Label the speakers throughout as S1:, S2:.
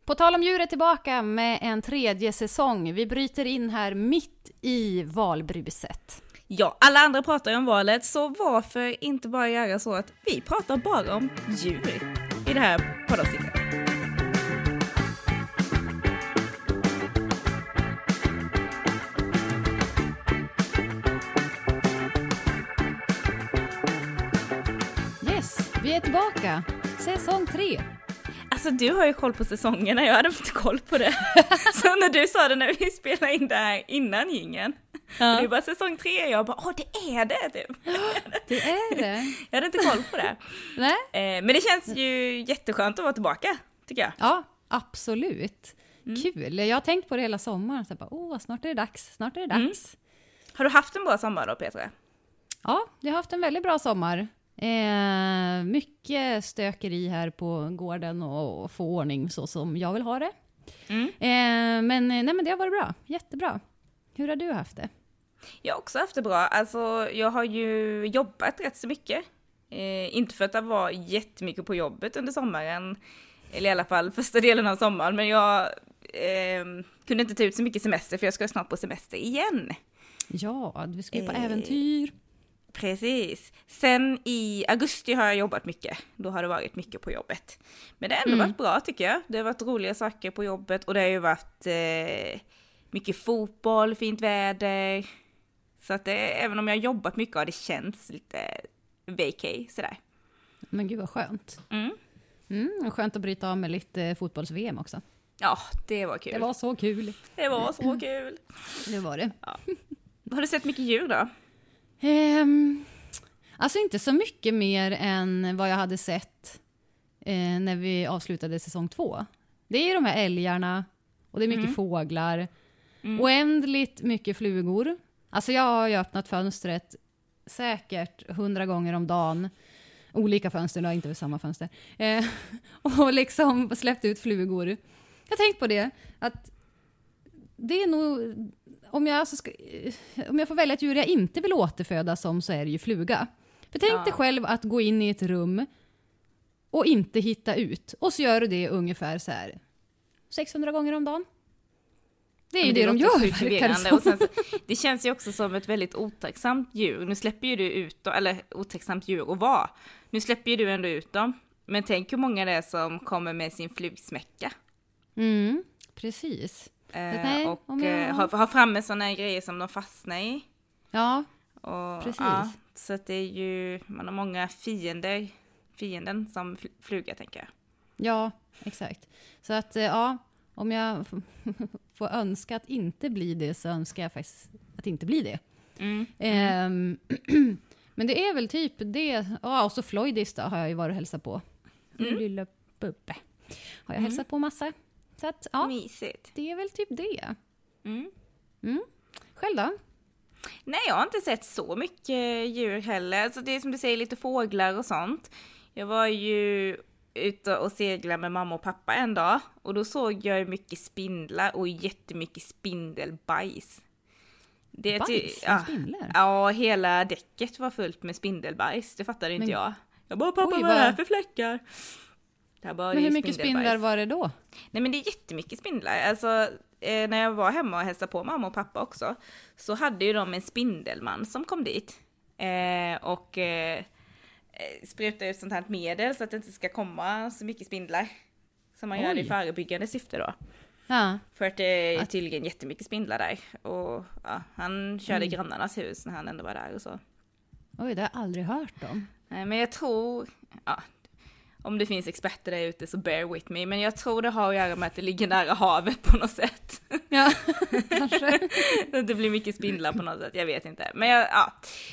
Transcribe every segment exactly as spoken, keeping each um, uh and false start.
S1: På tal om djur är tillbaka med en tredje säsong. Vi bryter in här mitt i valbruset.
S2: Ja, alla andra pratar ju om valet, så varför inte bara göra så att vi pratar bara om djur i det här poddavsnittet?
S1: Yes, vi är tillbaka. Säsong tre.
S2: Alltså du har ju koll på säsongerna, jag hade inte koll på det. Så när du sa det när vi spelade in det här innan jingeln. Ja. Det är bara säsong tre, jag bara, åh det är det typ.
S1: Det är det.
S2: Jag hade inte koll på det.
S1: Nej.
S2: Men det känns ju jätteskönt att vara tillbaka, tycker jag.
S1: Ja, absolut.
S2: Mm.
S1: Kul. Jag har tänkt på det hela sommaren. Så bara, åh, snart är det dags. Snart är det dags.
S2: Mm. Har du haft en bra sommar då, Petra?
S1: Ja, jag har haft en väldigt bra sommar. Eh, mycket stökeri här på gården och få ordning så som jag vill ha det.
S2: Mm.
S1: Eh, men, nej, men det har varit bra. Jättebra. Hur har du haft det?
S2: Jag har också haft det bra. Alltså, jag har ju jobbat rätt så mycket. Eh, inte för att det var jättemycket på jobbet under sommaren. Eller i alla fall första delen av sommaren. Men jag eh, kunde inte ta ut så mycket semester för jag ska snart på semester igen.
S1: Ja, du ska ju på
S2: eh,
S1: äventyr.
S2: Precis. Sen i augusti har jag jobbat mycket. Då har det varit mycket på jobbet. Men det har ändå mm. varit bra tycker jag. Det har varit roliga saker på jobbet. Och det har ju varit eh, mycket fotboll, fint väder. Så att det, även om jag har jobbat mycket har det känts lite vacay sådär.
S1: Men gud vad skönt.
S2: Mm.
S1: Mm, och skönt att bryta av med lite fotbolls-V M också.
S2: Ja, det var kul.
S1: Det var så kul.
S2: Det var så kul.
S1: Det var det.
S2: Ja. Har du sett mycket djur då?
S1: Um, alltså inte så mycket mer än vad jag hade sett eh, när vi avslutade säsong två. Det är ju de här älgarna och det är mycket mm. fåglar. Mm. Oändligt mycket flugor. Alltså jag har ju öppnat fönstret säkert hundra gånger om dagen. Olika fönster, då, inte vid samma fönster. Eh, och liksom släppt ut flugor. Jag har tänkt på det, att det är nog... Om jag, alltså ska, om jag får välja ett djur jag inte vill återföda som, så är det ju fluga. För tänk dig ja. själv att gå in i ett rum och inte hitta ut. Och så gör du det ungefär så här sexhundra gånger om dagen. Det är ju det, det de gör.
S2: Och sen så, det känns ju också som ett väldigt otacksamt djur. Nu släpper ju du ut dem, eller otacksamt djur att vara. Nu släpper ju du ändå ut dem. Men tänk hur många det är som kommer med sin flugsmäcka.
S1: Mm, precis.
S2: Eh, Nej, och jag... har, har framme sådana grejer som de fastnar i.
S1: Ja,
S2: och,
S1: precis.
S2: Ja, så att det är ju, man har många fiender, fienden som fluga tänker jag.
S1: Ja, exakt. Så att ja, om jag får önska att inte bli det så önskar jag faktiskt att inte bli det.
S2: Mm.
S1: Mm. Men det är väl typ det. Ja, och så Floydis då har jag ju varit och hälsat på. Mm. Lilla Bubbe. Har jag mm. hälsat på massa. Så att, ja,
S2: mysigt.
S1: Det är väl typ det.
S2: Mm.
S1: Mm. Själv då?
S2: Nej, jag har inte sett så mycket djur heller. Alltså det är som du säger, lite fåglar och sånt. Jag var ju ute och seglade med mamma och pappa en dag. Och då såg jag mycket spindlar och jättemycket spindelbajs. Det
S1: Bajs?
S2: Ty- ja,
S1: spindlar?
S2: Ja, hela däcket var fullt med spindelbajs. Det fattade inte Men... jag. Jag bara, pappa,
S1: Oj,
S2: vad är det här för fläckar?
S1: Men hur mycket spindlar var det då?
S2: Nej, men det är jättemycket spindlar. Alltså, eh, när jag var hemma och hälsade på mamma och pappa också, så hade ju de en spindelman som kom dit. Eh, och eh, sprutade ut sånt här medel så att det inte ska komma så mycket spindlar. Som man Oj. gör i förebyggande syfte då.
S1: Ja.
S2: För att det är tydligen jättemycket spindlar där. Och ja, han körde mm. grannarnas hus när han ändå var där och så.
S1: Oj, det har jag aldrig hört om.
S2: Nej, men jag tror... Ja, om det finns experter där ute så bear with me. Men jag tror det har att göra med att det ligger nära havet på något sätt.
S1: Ja, kanske.
S2: Det blir mycket spindlar på något sätt, jag vet inte. Men jag, ja,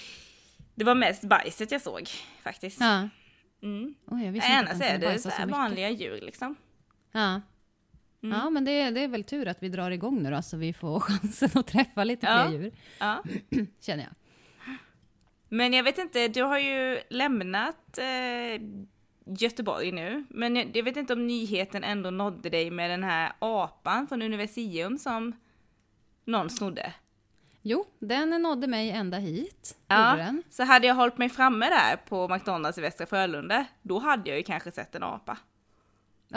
S2: det var mest bajset jag såg faktiskt.
S1: Ja.
S2: Mm.
S1: Oj, jag visste
S2: inte
S1: Annars
S2: är det så så vanliga djur liksom.
S1: Ja. Mm. Ja, men det, det är väl tur att vi drar igång nu då, så vi får chansen att träffa lite
S2: ja.
S1: fler djur.
S2: Ja.
S1: Känner jag.
S2: Men jag vet inte, du har ju lämnat eh, Göteborg nu. Men jag, jag vet inte om nyheten ändå nådde dig med den här apan från Universium som någon snodde.
S1: Jo, den nådde mig ända hit.
S2: Ja,
S1: den.
S2: Så hade jag hållit mig framme där på McDonalds i Västra Frölunda, då hade jag ju kanske sett en apa.
S1: Ja,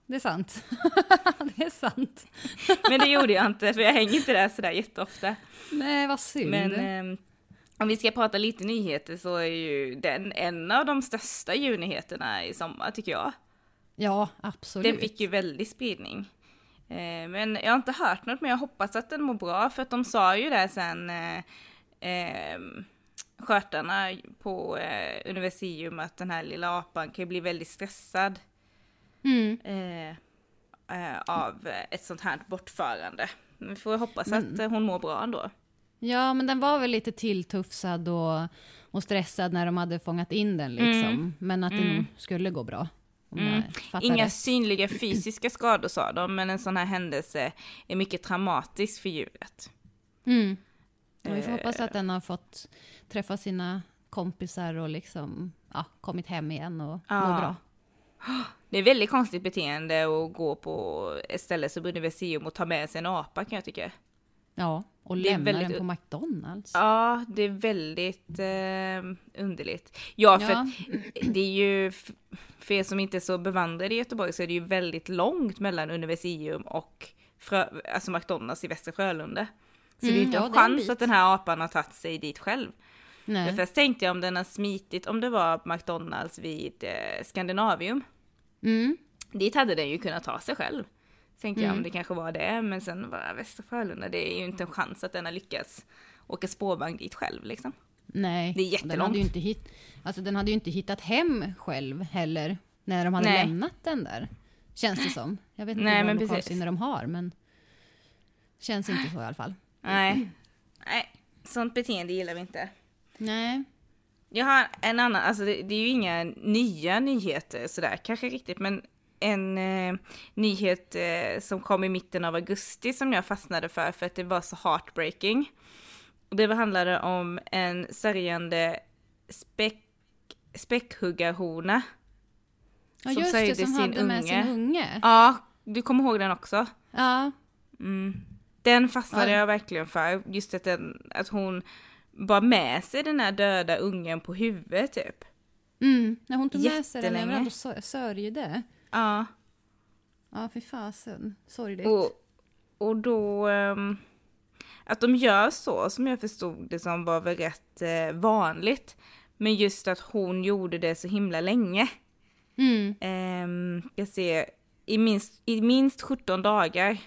S1: det är sant. Det är sant.
S2: Men det gjorde jag inte, för jag hänger inte där sådär jätteofta.
S1: Nej, vad synd.
S2: Men eh, om vi ska prata lite nyheter så är ju den en av de största djurnyheterna i sommar, tycker jag.
S1: Ja, absolut.
S2: Den fick ju väldigt spridning. Eh, men jag har inte hört något, men jag hoppas att den mår bra, för att de sa ju det sen eh, eh, skötarna på eh, Universium att den här lilla apan kan ju bli väldigt stressad
S1: Mm.
S2: eh, eh, av ett sånt här bortförande. Men vi får hoppas
S1: Men-
S2: att eh, hon mår bra ändå.
S1: Ja, men den var väl lite tilltufsad och, och stressad när de hade fångat in den liksom.
S2: Mm.
S1: Men att det
S2: Mm.
S1: nog skulle gå bra. Om
S2: Mm.
S1: jag fattar
S2: Inga
S1: rätt.
S2: synliga fysiska skador sa de, men en sån här händelse är mycket traumatisk för djuret.
S1: Mm. Och vi får
S2: Eh.
S1: hoppas att den har fått träffa sina kompisar och liksom, ja, kommit hem igen och
S2: Ja.
S1: må bra.
S2: Det är väldigt konstigt beteende att gå på ett ställe som Universium och ta med sig en apa, kan jag tycka.
S1: Ja, och
S2: Det är
S1: lämna
S2: väldigt-
S1: den på McDonalds.
S2: Ja, det är väldigt eh, underligt. Ja, för
S1: Ja.
S2: att det är ju, f- för er som inte är så bevandrade i Göteborg, så är det ju väldigt långt mellan Universium och Frö, alltså McDonalds i Västra Frölunda. Så det är
S1: Mm,
S2: ju inte
S1: ja,
S2: en
S1: det är en
S2: chans
S1: bit.
S2: att den här apan har tagit sig dit själv.
S1: Nej.
S2: Men först tänkte jag om den har smitit, om det var McDonalds vid eh, Skandinavium.
S1: Mm.
S2: Dit hade den ju kunnat ta sig själv. Tänkte jag
S1: Mm.
S2: om det kanske var det, men sen var Västra Frölunda, det är ju inte en chans att den har lyckats åka spårvagn dit själv liksom.
S1: Nej.
S2: Det är
S1: Den
S2: jättelångt.
S1: hade, ju inte hit, alltså, den hade ju inte hittat hem själv heller när de hade
S2: Nej.
S1: lämnat den där. Känns det som. Jag vet inte
S2: Nej,
S1: vad
S2: men
S1: lokalsinne de har, men känns inte så i alla fall.
S2: Nej. Nej, sånt beteende gillar vi inte.
S1: Nej.
S2: Jag har en annan, alltså det, det är ju inga nya nyheter sådär kanske riktigt, men en eh, nyhet eh, som kom i mitten av augusti som jag fastnade för för att det var så heartbreaking. Och det handlade om en sörjande späck, späckhuggarhona.
S1: Ja,
S2: Som
S1: just
S2: sörjde
S1: det, som
S2: sin
S1: hade med
S2: unge.
S1: sin unge.
S2: Ja, du kommer ihåg den också?
S1: Ja.
S2: Mm. Den fastnade
S1: Ja.
S2: jag verkligen för. Just att, den, att hon bar med sig den här döda ungen på huvudet typ.
S1: Mm. När hon tog med sig den
S2: Jättelänge.
S1: överallt och sö- sörjde.
S2: Ja.
S1: Ja, fy fasen. Sorgligt.
S2: Och, och då... ehm, att de gör så, som jag förstod det som, var väl rätt eh, vanligt. Men just att hon gjorde det så himla länge.
S1: Mm.
S2: Um, jag ser, i minst, i minst sjutton dagar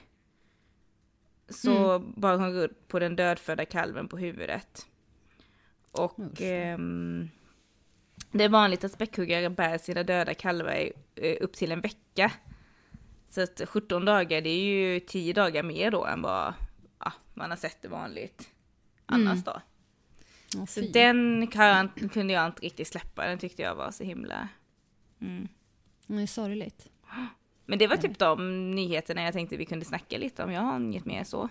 S2: så
S1: Mm.
S2: bar hon runt på den dödfödda kalven på huvudet. Och
S1: Usch.
S2: ehm, det är vanligt att späckhuggare bär sina döda kalvar i, eh, upp till en vecka. Så att sjutton dagar, det är ju tio dagar mer då än vad ja, man har sett det vanligt annars
S1: Mm.
S2: då.
S1: Åh,
S2: Så
S1: fy.
S2: den kan, kunde jag inte riktigt släppa, den tyckte jag var så himla... Mm.
S1: Det är sorgligt.
S2: Men det var typ de nyheterna jag tänkte vi kunde snacka lite om. Jag har inget mer så.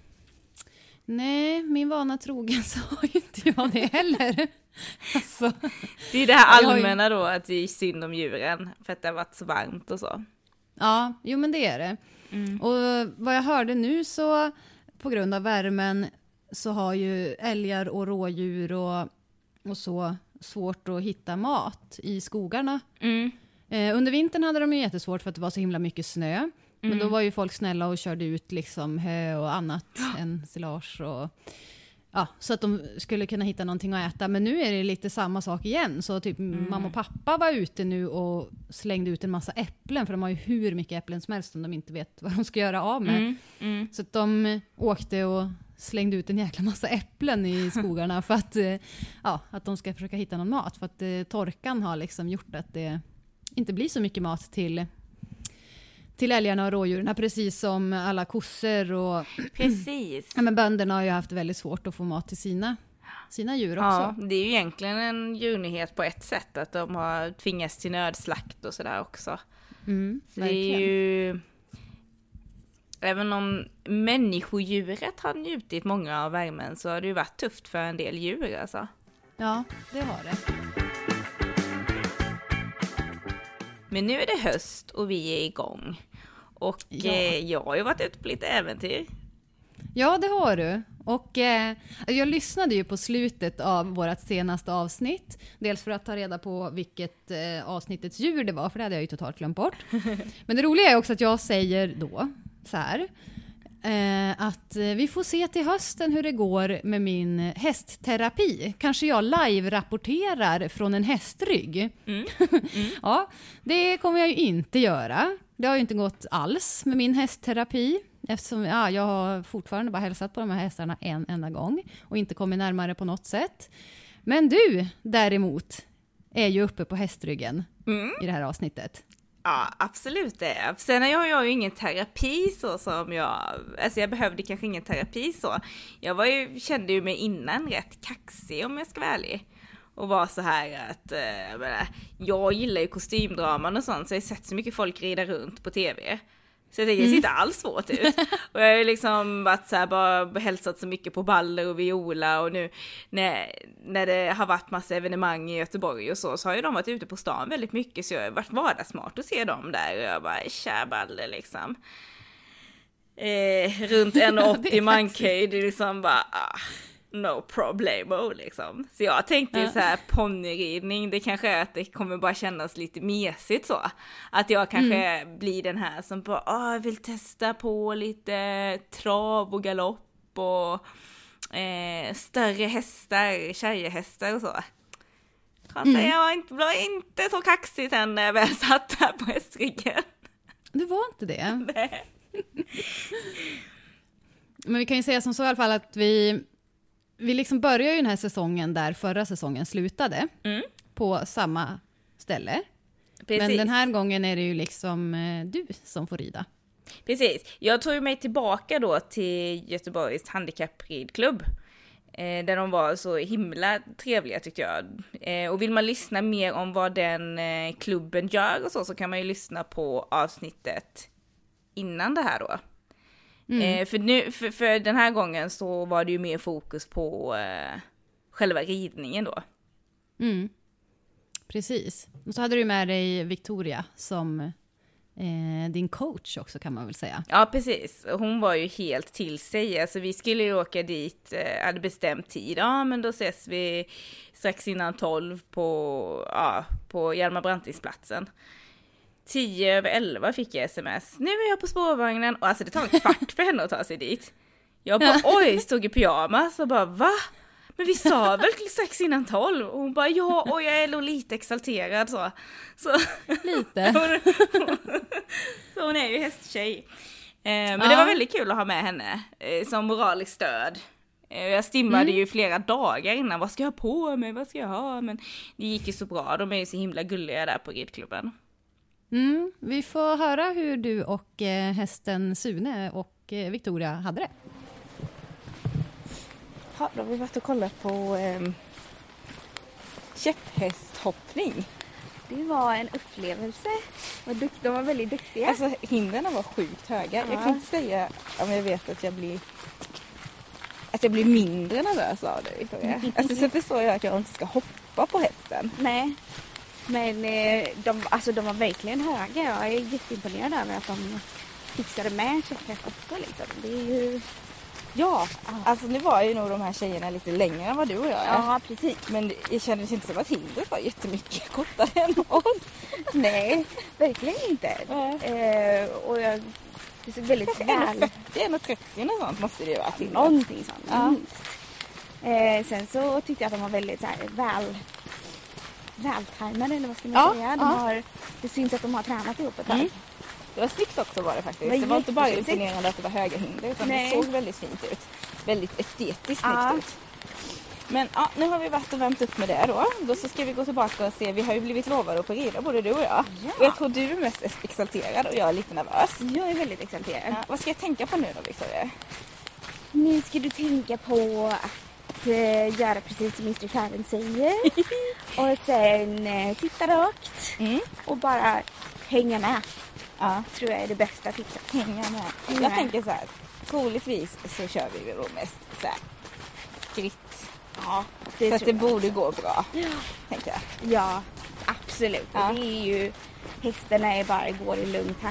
S1: Nej, min vana trogen så har ju inte jag det heller. Alltså,
S2: Det är det här
S1: Jag har ju-
S2: allmänna då, att det är synd om djuren för att det har varit så varmt och så.
S1: ja, jo men det är det.
S2: Mm.
S1: Och vad jag hörde nu så, på grund av värmen, så har ju älgar och rådjur och, och så svårt att hitta mat i skogarna.
S2: Mm.
S1: Eh, under vintern hade de ju jättesvårt för att det var så himla mycket snö. Men
S2: Mm.
S1: då var ju folk snälla och körde ut liksom hö och annat än silage. Och, ja, så att de skulle kunna hitta någonting att äta. Men nu är det lite samma sak igen. Så typ
S2: Mm.
S1: mamma och pappa var ute nu och slängde ut en massa äpplen. För de har ju hur mycket äpplen som helst som de inte vet vad de ska göra av med.
S2: Mm. Mm.
S1: Så att de åkte och slängde ut en jäkla massa äpplen i skogarna för att, eh, ja, att de ska försöka hitta någon mat. För att eh, torkan har liksom gjort att det inte blir så mycket mat till, till älgarna och rådjuren. Precis som alla kossor och
S2: Precis.
S1: ja, men bönderna har ju haft väldigt svårt att få mat till sina, sina djur också.
S2: Ja, det är ju egentligen en djurnyhet på ett sätt att de har tvingats till nödslakt och sådär också.
S1: Mm,
S2: Så det är ju... Även om människodjuret har njutit många av värmen så har det ju varit tufft för en del djur alltså.
S1: Ja, det har det.
S2: Men nu är det höst och vi är igång. Och
S1: Ja.
S2: eh, jag har ju varit ute på lite äventyr.
S1: Ja, det har du. Och eh, jag lyssnade ju på slutet av vårt senaste avsnitt. Dels för att ta reda på vilket eh, avsnittets djur det var, för det hade jag ju totalt glömt bort. Men det roliga är också att jag säger då så här. Eh, att eh, vi får se till hösten hur det går med min hästterapi. Kanske jag live-rapporterar från en hästrygg. Mm. Mm. Ja, det kommer jag ju inte göra. Det har ju inte gått alls med min hästterapi. Eftersom ja, jag har fortfarande bara hälsat på de här hästarna en enda gång. Och inte kommit närmare på något sätt. Men du däremot är ju uppe på hästryggen mm. i det här avsnittet.
S2: Ja, absolut det. Sen har jag ju ingen terapi så som jag... Alltså jag behövde kanske ingen terapi så. Jag var ju, kände ju mig innan rätt kaxig om jag ska vara ärlig. Och var så här att... Äh, jag, menar, jag gillar ju kostymdraman och sånt så jag har sett så mycket folk rida runt på tv. Så jag tänker, det ser inte alls svårt ut. Och jag har ju liksom varit så här, bara hälsat så mycket på Baller och Viola. Och nu när, när det har varit massa evenemang i Göteborg och så, så har ju de varit ute på stan väldigt mycket. Så jag har varit vardagssmart att se dem där. Och jag bara, tja Baller liksom. Eh, runt en åttio mankhöjd, liksom bara... Ah. No problemo liksom. Så jag tänkte ja. så här ponnyridning, det kanske är att det kommer bara kännas lite mesigt så. Att jag kanske mm. blir den här som bara, ah, jag vill testa på lite trav och galopp och eh, större hästar, tjejhästar och så. Kan mm. säga, jag var inte, var inte så kaxig sen när jag väl satt här på hästryggen.
S1: Det var inte det?
S2: Nej.
S1: Men vi kan ju säga som så i alla fall att vi Vi liksom börjar ju den här säsongen där förra säsongen slutade. Mm. På samma ställe. Precis. Men den här gången är det ju liksom eh, du som får rida.
S2: Precis. Jag tog mig tillbaka då till Göteborgs handikappridklubb. Eh, där de var så himla trevliga tyckte jag. Eh, och vill man lyssna mer om vad den eh, klubben gör och så, så kan man ju lyssna på avsnittet innan det här då. Mm. Eh, för, nu, för, för den här gången så var det ju mer fokus på eh, själva ridningen då.
S1: Mm. Precis. Och så hade du med dig Victoria som eh, din coach också kan man väl säga.
S2: Ja, precis. Hon var ju helt till sig. Alltså vi skulle ju åka dit, eh, hade bestämt tid. Ja, men då ses vi strax innan tolv på, ja, på Hjalmar Brantings-platsen. Tio över elva fick jag sms. Nu är jag på spårvagnen. Och alltså det tar en kvart för henne att ta sig dit. Jag bara, oj, stod i pyjamas. Och bara, va? Men vi sa väl strax innan tolv? Och hon bara, ja, och jag är nog lite exalterad. Så, så.
S1: Lite.
S2: Så hon är ju hästtjej. Eh, men ja. Det var väldigt kul att ha med henne. Eh, som moraliskt stöd. Eh, jag stimmade mm. ju flera dagar innan. Vad ska jag ha på mig? Vad ska jag ha? Men det gick ju så bra. De är ju så himla gulliga där på ridklubben.
S1: Mm, vi får höra hur du och eh, hästen Sune och eh, Victoria hade det.
S2: Ja, då har vi varit och kollat på eh, käpphästhoppning.
S3: Det var en upplevelse. De var väldigt duktiga.
S2: Alltså hindren var sjukt höga. Ja. Jag kan inte säga om jag vet att jag blir att jag blir mindre nervös av det, Victoria. Alltså så förstår jag att jag inte ska hoppa på hästen.
S3: Nej. Men de, alltså, de var verkligen höga. Jag är jätteimponerad över att de fixade med käpphäst också. Liksom. Det är ju...
S2: Ja, alltså nu var ju nog de här tjejerna lite längre än vad du och jag är.
S3: Ja, precis.
S2: Men det kändes inte som att hindret var jättemycket kortare än oss.
S3: Nej, verkligen inte. Eh, och jag... Det såg väldigt väl...
S2: Det är nog trettio eller sånt måste det ju vara.
S3: Någonting sånt, ja. eh, Sen så tyckte jag att de var väldigt så här, väl... vältajmade, eller vad ska man ja, säga. De ja. har, det syns att de har tränat ihop ett tag. Mm.
S2: Det var snyggt också var det faktiskt. Det var inte bara imponerande att det var höga hinder, utan Nej. det såg väldigt fint ut. Väldigt estetiskt ja. snyggt ut. Men ja, nu har vi varit och värmt upp med det då. Då så ska vi gå tillbaka och se. Vi har ju blivit lovade på rida, både du och jag. Ja. Och jag tror du är mest exalterad och jag är lite nervös.
S3: Jag är väldigt exalterad.
S2: Ja, vad ska jag tänka på nu då, Victoria?
S3: Nu ska du tänka på att uh, göra precis som mister Färden säger. Och sen uh, sitta rakt mm. och bara hänga med. Ja. Tror jag är det bästa tipset.
S2: Hänga med. Hänga jag med. tänker så här, troligtvis så kör vi då mest så här skritt.
S3: Ja,
S2: det så att det borde också. gå bra,
S3: ja.
S2: tänker jag.
S3: Ja, absolut. Ja. Det är ju, hästarna är bara går i lugn takt.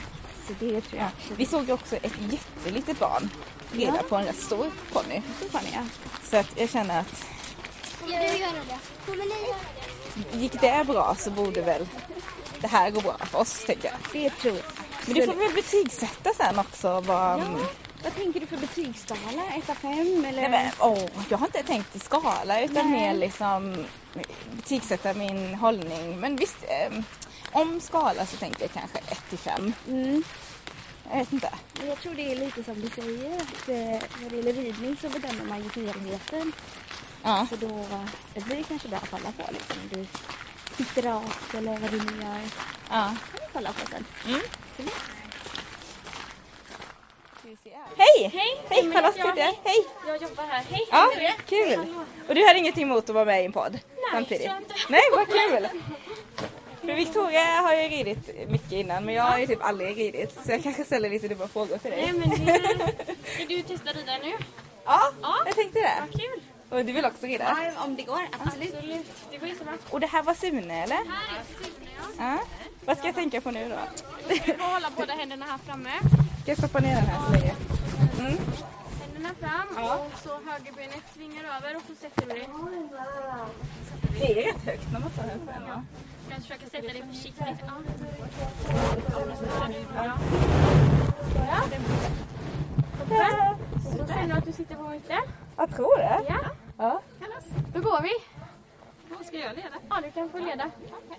S3: Så det tror jag.
S2: Vi såg ju också ett jättelitet barn rida
S3: Ja.
S2: på en rätt stor ponny.
S3: Så fan ja.
S2: Så att jag känner att
S4: Kommer du göra det? Kommer ni göra det?
S2: gick det bra så borde väl det här gå bra för oss, tänker jag.
S3: Det tror jag.
S2: Men du får väl betygsätta sen också vad...
S3: Ja. Vad tänker du för betygsskala? ett av fem eller?
S2: Nej, men, åh, jag har inte tänkt i skala utan
S3: Nej.
S2: mer liksom betygsätta min hållning. Men visst, eh, om skala så tänker jag kanske ett till fem.
S3: Mm.
S2: Jag vet inte.
S3: Men jag tror det är lite som du säger. Att eh, när det gäller ridning så bedömer man ju helheten.
S2: Ja.
S3: Så då det blir kanske bra att kolla på. Liksom. Du sitter rakt eller vad du nu gör.
S2: Ja.
S3: Kan vi kolla på sen.
S2: Mm.
S3: Så det-
S2: Hej!
S4: Hej!
S2: Hej, Charlotte heter jag. Hej!
S4: Jag jobbar här. Hej!
S2: Ja,
S4: hej.
S2: kul! Och du har ingenting emot att vara med i en podd samtidigt?
S4: tror jag inte.
S2: Nej, vad kul! För Victoria har ju ridit mycket innan, men jag har ju typ aldrig ridit. Så jag kanske ställer lite dumma frågor till dig.
S4: Nej, men det är... Vill du testa rida nu?
S2: Ja,
S4: Ja.
S2: jag tänkte det.
S4: Vad kul!
S2: Och du vill också rida?
S3: Ja, om det går, absolut.
S4: Absolut. Det går jättebra.
S2: Och det här var Sune, eller?
S4: Här är Sune, ja.
S2: Ja. Vad ska jag tänka på nu då?
S4: Du får hålla båda händerna här framme.
S2: Ska jag stoppa ner den här så länge? Mm.
S4: Händerna fram och så högerbenet svingar över och så sätter du dig.
S2: Det är rätt högt när man står här framme.
S4: Jag ska försöka sätta dig försiktigt. Ja. Ja. Så känner du att du sitter på mitten.
S2: Jag tror det.
S4: Ja.
S2: Ja.
S4: Då går vi. Ska jag leda? Ja, du kan få leda.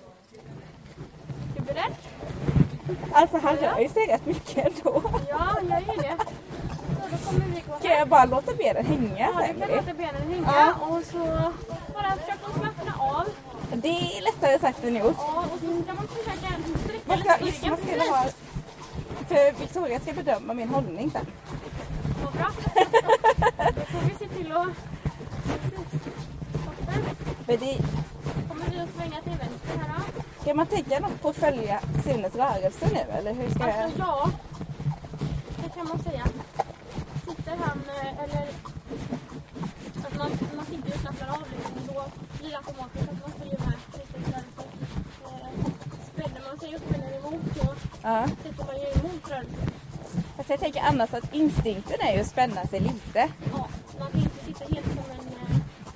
S4: Du beredd?
S2: Alltså han rör ju sig rätt mycket ändå.
S4: Ja, jag gör det. Så då kommer vi gå
S2: Ska
S4: här.
S2: jag bara låta benen hänga
S4: Ja,
S2: sen?
S4: du kan låta benen hänga
S2: Ja.
S4: och så bara försöka slappna av.
S2: Det är lättare sagt än gjort.
S4: Ja, och så ska man försöka sträcka
S2: Man ska,
S4: lite
S2: just,
S4: ryggen.
S2: man ska ha, för Victoria ska bedöma min hållning sen.
S4: Så bra. Då får vi se till att... Toppen.
S2: För det,
S4: Kommer vi att svänga till vänster här då?
S2: ska man tänka något på att följa Sunes rörelse nu eller hur ska jag?
S4: Alltså ja, det kan man säga. Sitter han eh, eller att man, man sitter och slappnar av liksom, då blir det automatiskt att man följer med lite därför. Eh, spänner man sig och spänner emot så
S2: Ja.
S4: sätter man ju emot rörelsen.
S2: Fast jag tänker annars att instinkten är ju att spänna sig lite.
S4: Ja, man kan inte sitta helt som en eh,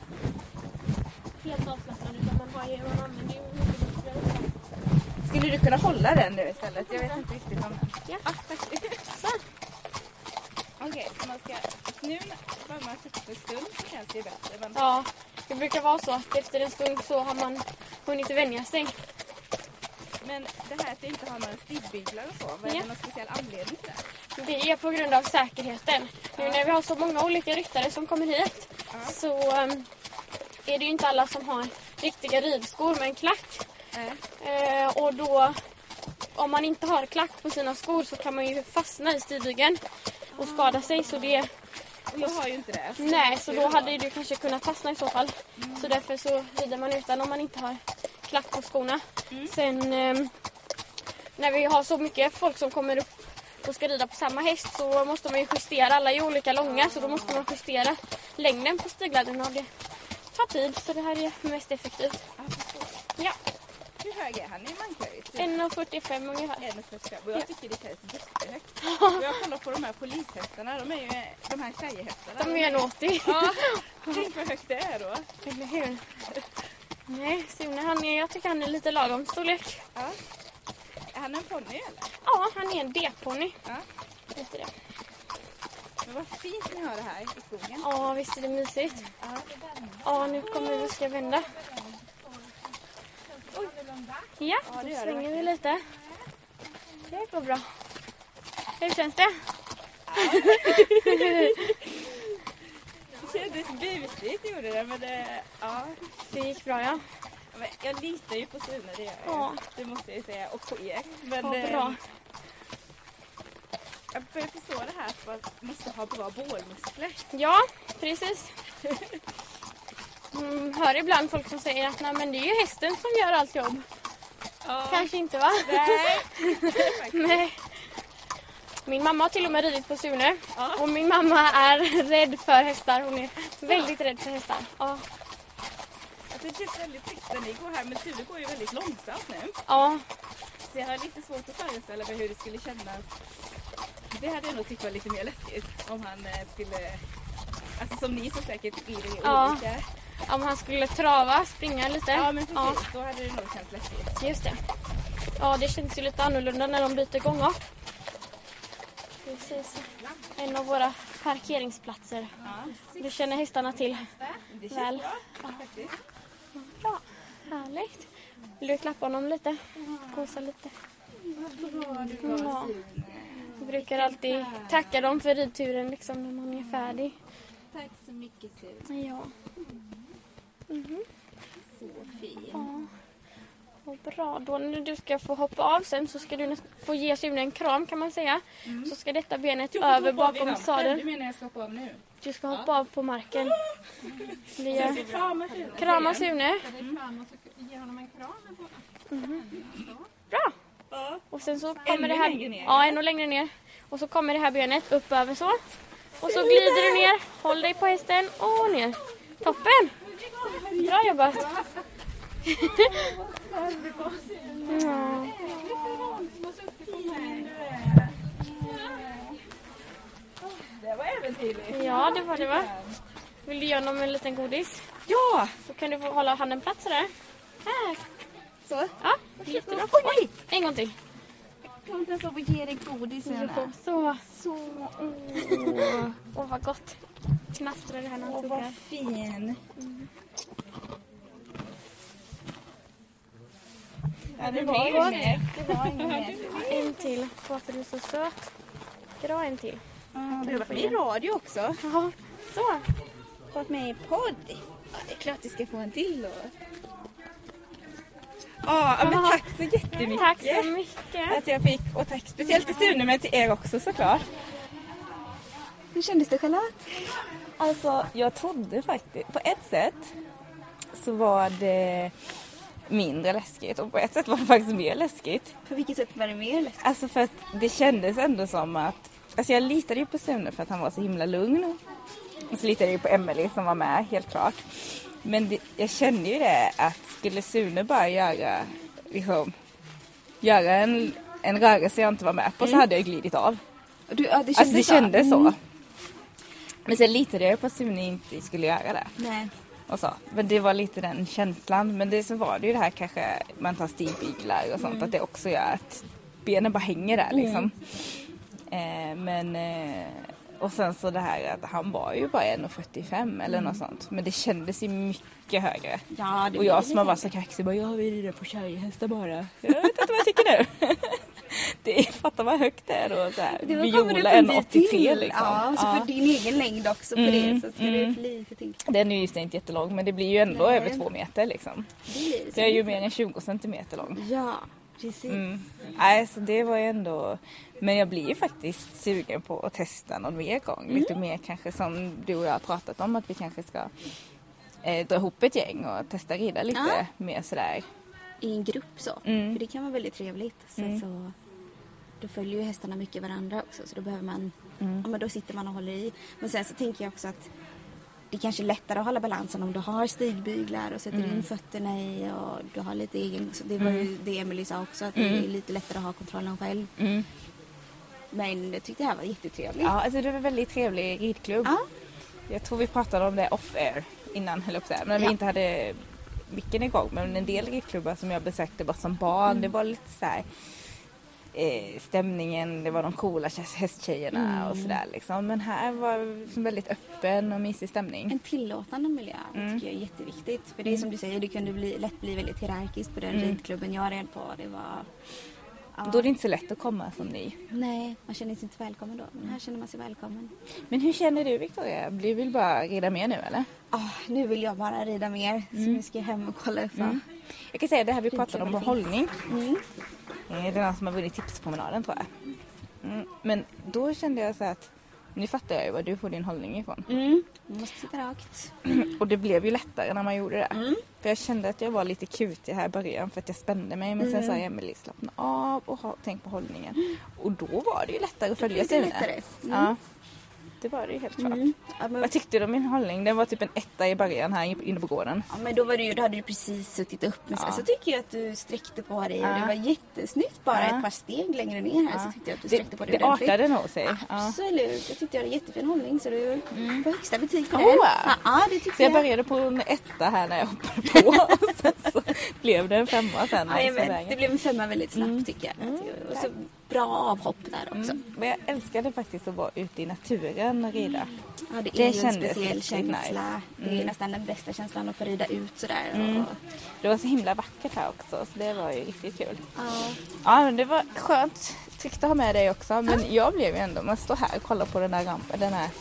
S4: helt avslappnad utan man har ju, man använder ju mycket muskler.
S2: Skulle du kunna hålla den nu istället? Jag vet inte riktigt om den.
S4: Ja.
S2: Ah, tack. Så. Okej, så man ska... Nu när man sitter en stund så känns det ju bättre. Men...
S4: Ja, det brukar vara så att efter en stund så har man hunnit vänja sig.
S2: Men det här att jag inte har några stigbyglar och så, vad är
S4: Ja.
S2: det någon speciell anledning till det?
S4: Det är på grund av säkerheten. Nu när vi har så många olika ryttare som kommer hit så um, är det ju inte alla som har riktiga ridskor med en klack.
S2: Nej.
S4: Eh, och då, om man inte har klack på sina skor så kan man ju fastna i stigbygeln och skada sig. Så det,
S2: Och jag har ju inte det. Så
S4: nej, så då hade du kanske kunnat fastna i så fall. Så därför så rider man utan om man inte har klack på skorna. Sen um, när vi har så mycket folk som kommer upp och ska rida på samma häst så måste man ju justera, alla är olika långa så då måste man justera längden på stigladden och det tar tid så det här är mest effektivt. Ja,
S2: Hur hög är han i mankhöjd?
S4: en komma fyrtiofem ungefär.
S2: en komma fyrtiofem. Och jag tycker det känns jättehögt. Och jag kollar på de här polishästarna, de är ju de här tjejhästarna.
S4: De är en åttio.
S2: Ja, tänk vad högt det är då.
S4: Eller hur? Nej, Sune han är, jag tycker han är lite lagom storlek.
S2: Ja. Är han en ponny eller?
S4: Ja, han är en D-ponny.
S2: Ja.
S4: Heter det.
S2: Men vad fint ni har det här i skogen.
S4: Ja, visst är det mysigt.
S2: Ja.
S4: Ja, nu kommer vi ska vända. Ja,
S2: Ja, det
S4: då
S2: gör det
S4: svänger vi lite. Det går bra. Hur känns det?
S2: Det kändes busigt gjorde det, men det, ja.
S4: Det gick bra, ja.
S2: Men jag litar ju på Sune, det gör jag.
S4: Ja.
S2: Det måste jag ju säga, och på er. Men,
S4: Ja, bra.
S2: eh, jag börjar förstå det här att man måste ha bra bålmuskler.
S4: Ja, precis. Mm, hör ibland folk som säger att nej, men det är ju hästen som gör allt jobb.
S2: Ja.
S4: Kanske inte, va?
S2: Nej.
S4: Nej. Min mamma har till och med ridit på Sune.
S2: Ja.
S4: Och min mamma är rädd för hästar. Hon är väldigt rädd för hästar. Ja.
S2: Alltså, det känns väldigt tryggt när ni går här, men Sune går ju väldigt långsamt nu.
S4: Ja.
S2: Alltså jag har lite svårt att föreställa mig hur det skulle kännas. Det hade jag nog tyckt var lite mer läskigt om han skulle, alltså som ni så säkert blir det
S4: Ja.
S2: olika.
S4: Om han skulle trava, springa lite.
S2: Ja men precis,
S4: Ja.
S2: då hade det nog känts läskigt.
S4: Just det. Ja, det känns ju lite annorlunda när de byter gångart. Precis. En av våra parkeringsplatser. Det känner hästarna till
S2: Det känns
S4: väl.
S2: bra faktiskt.
S4: Bra. Härligt. Vill du klappa honom lite? Kosa lite. Ja. Jag brukar alltid tacka dem för ridturen liksom, när man är färdig.
S2: Tack så mycket Sune.
S4: Ja. Mhm.
S2: Så fin.
S4: Ja. Och bra, då när du ska få hoppa av sen så ska du näst- få ge Sune en kram kan man säga.
S2: Mm.
S4: Så ska detta benet över bakom sadeln.
S2: Du menar jag ska hoppa av nu?
S4: Du ska hoppa av på marken. Vi gör
S2: Krama Sune.
S4: krama Sune.
S1: Ge honom en kram.
S4: Bra!
S2: Ja.
S4: Och sen så kommer
S2: Ännu
S4: det här...
S2: längre ner.
S4: Ja, ännu längre ner. Och så kommer det här benet upp över så. Och så glider du ner. Håll dig på hästen och ner. Toppen! Bra jobbat! Ja.
S2: Det var äventyrligt.
S4: Ja, det var det va? Vill du göra någon en liten godis?
S2: Ja!
S4: Så kan du få hålla handen platt sådär. Här.
S2: Så.
S4: Ja, jättebra. Oj, en gång till.
S2: Jag inte ens att ge dig godis Sune.
S4: Så, så. Åh, oh, vad gott. Knastrar det här när han
S2: Åh
S4: tuggar.
S2: vad fin. Ja, det var ingen mer. Det var ingen mer.
S4: En till. Varför är du så söt? Dra en till.
S2: Du har varit med i radio också.
S4: Ja, så.
S2: Varit med i podd. Ja, det är klart du ska få en till då. Ja, men
S4: Ja.
S2: tack så jättemycket.
S4: Tack så mycket.
S2: Att jag fick, och tack speciellt till Sune men till er också såklart. Hur kändes det Charlotte? Alltså jag trodde faktiskt, på ett sätt så var det mindre läskigt och på ett sätt var det faktiskt mer läskigt.
S3: På vilket sätt var det mer läskigt?
S2: Alltså för att det kändes ändå som att, alltså jag litade ju på Sune för att han var så himla lugn. Och så litade jag ju på Emily som var med helt klart. Men det, jag kände ju det att skulle Sune bara göra, liksom, göra en, en rörelse jag inte var med på så hade jag glidit av.
S3: Du, ja, det kändes
S2: Alltså det
S3: så.
S2: kändes så.
S3: Mm.
S2: Men sen litade jag på att Sune inte skulle göra det.
S3: Nej.
S2: Och så. Men det var lite den känslan. Men det så var det ju det här kanske man tar stigbyglar och sånt.
S3: Mm.
S2: Att det också gör att benen bara hänger där liksom.
S3: Mm.
S2: Eh, men... Eh, och sen så det här att han var ju bara en fyrtiofem eller
S3: Mm.
S2: något sånt. Men det kändes ju mycket högre.
S3: Ja, det
S2: Och jag
S3: blir
S2: som har
S3: lite-
S2: varit så kaxig bara, jag vill rida på tjejhästar bara. Jag vet inte vad jag tycker nu. Det fattar vad högt det är då. Så här.
S3: Det var- kommer
S2: Viola
S3: det på
S2: en
S3: en bit
S2: åttiotre
S3: till.
S2: liksom.
S3: Ja, så
S2: Ja.
S3: för din egen längd också på
S2: Mm,
S3: det så ska
S2: mm.
S3: det lite till.
S2: Den är ju just inte jättelång men det blir ju ändå
S3: Nej.
S2: över två meter liksom.
S3: Det blir
S2: Det är ju mer än tjugo centimeter lång.
S3: Ja, precis.
S2: Mm. Nej, så det var ju ändå... Men jag blir ju faktiskt sugen på att testa någon mer gång.
S3: Mm.
S2: Lite mer kanske som du och jag har pratat om att vi kanske ska eh, dra ihop ett gäng och testa rida lite
S3: Ja.
S2: mer sådär.
S3: I en grupp så.
S2: Mm.
S3: För det kan vara väldigt trevligt. Sen
S2: Mm.
S3: så, då följer ju hästarna mycket varandra också. Så då behöver man,
S2: Mm.
S3: ja, men då sitter man och håller i. Men sen så tänker jag också att det kanske är lättare att hålla balansen om du har stigbyglar och sätter
S2: Mm.
S3: in fötterna i och du har lite egen... Så det var ju det Emily sa också, att
S2: Mm.
S3: det är lite lättare att ha kontrollen själv.
S2: Mm.
S3: Men jag tyckte det här var jättetrevligt.
S2: Ja, alltså det var en väldigt trevlig ridklubb.
S3: Ja.
S2: Jag tror vi pratade om det off-air innan, höll jag på att säga. Men
S3: Ja.
S2: vi inte hade micken igång. Men en del ridklubbar som jag besökte bara som barn,
S3: Mm.
S2: det var lite så här... Eh, stämningen, det var de coola hästtjejerna
S3: Mm.
S2: och sådär liksom. Men här var det väldigt öppen och mysig stämning.
S3: En tillåtande miljö
S2: Mm.
S3: tycker jag är jätteviktigt. För det är som du säger, det kunde bli, lätt bli väldigt hierarkiskt på den
S2: Mm.
S3: ridklubben jag red på. Det var... Ja.
S2: Då är det inte så lätt att komma som ni.
S3: Nej, man känner sig inte välkommen då. Men här känner man sig välkommen.
S2: Men hur känner du Victoria? Du vill bara rida med nu eller?
S3: Ah, nu vill jag bara rida mer. Så nu ska jag hem och kolla upp.
S2: Mm. Jag kan säga det här vi pratade om på
S3: Ridklubben
S2: hållning.
S3: Mm.
S2: Eh, Det är någon som har vunnit tipspromenaden tror jag. Mm. Men då kände jag så att nu fattar jag ju var du får din hållning ifrån.
S3: Mm. Man måste sitta rakt.
S2: Och det blev ju lättare när man gjorde det.
S3: Mm.
S2: För jag kände att jag var lite kutig här i början för att jag spände mig. Men sen
S3: Mm.
S2: sa Emily slappna av och ha, tänk på hållningen. Och då var det ju lättare att följa
S3: lite
S2: Sune.
S3: lättare. Mm.
S2: Ja. det var det ju helt klart.
S3: Mm. Ja, men...
S2: Vad tyckte du om min hållning? Den var typ en etta i början här inne på gården.
S3: Ja, men då, var det ju, då hade du precis suttit upp. Men sen
S2: Ja.
S3: så tycker jag att du sträckte på dig. Och
S2: Ja.
S3: det var jättesnyggt. Bara
S2: Ja.
S3: ett par steg längre ner här
S2: Ja.
S3: så tyckte jag att du
S2: Det,
S3: sträckte på dig
S2: det
S3: ordentligt.
S2: artade nog sig. Ja.
S3: Absolut. Jag tyckte jag hade jättefin hållning. Så du mm. på högsta betyg på
S2: Åh.
S3: den. Ja, ja, det tyckte
S2: Så jag
S3: jag.
S2: började på en etta här när jag hoppade på. Och sen så blev det en femma sen.
S3: Ja, jag
S2: längs
S3: vet,
S2: vägen.
S3: det blev en femma väldigt snabbt
S2: Mm.
S3: tycker jag.
S2: Mm.
S3: Och så bra avhopp där också.
S2: Mm. Men jag älskade faktiskt att vara ute i naturen och rida.
S3: Ja, det är
S2: Det
S3: ju en
S2: kändes
S3: speciell
S2: riktigt
S3: känsla.
S2: nice.
S3: Det är
S2: Mm.
S3: nästan den bästa känslan att få rida ut sådär.
S2: Mm.
S3: Och,
S2: Det var så himla vackert här också, så det var ju riktigt kul.
S3: ja.
S2: Ja, men det var skönt. Tryggt att ha med dig också. Men jag blev ju ändå, man står här och kollar på den här rampen, den här,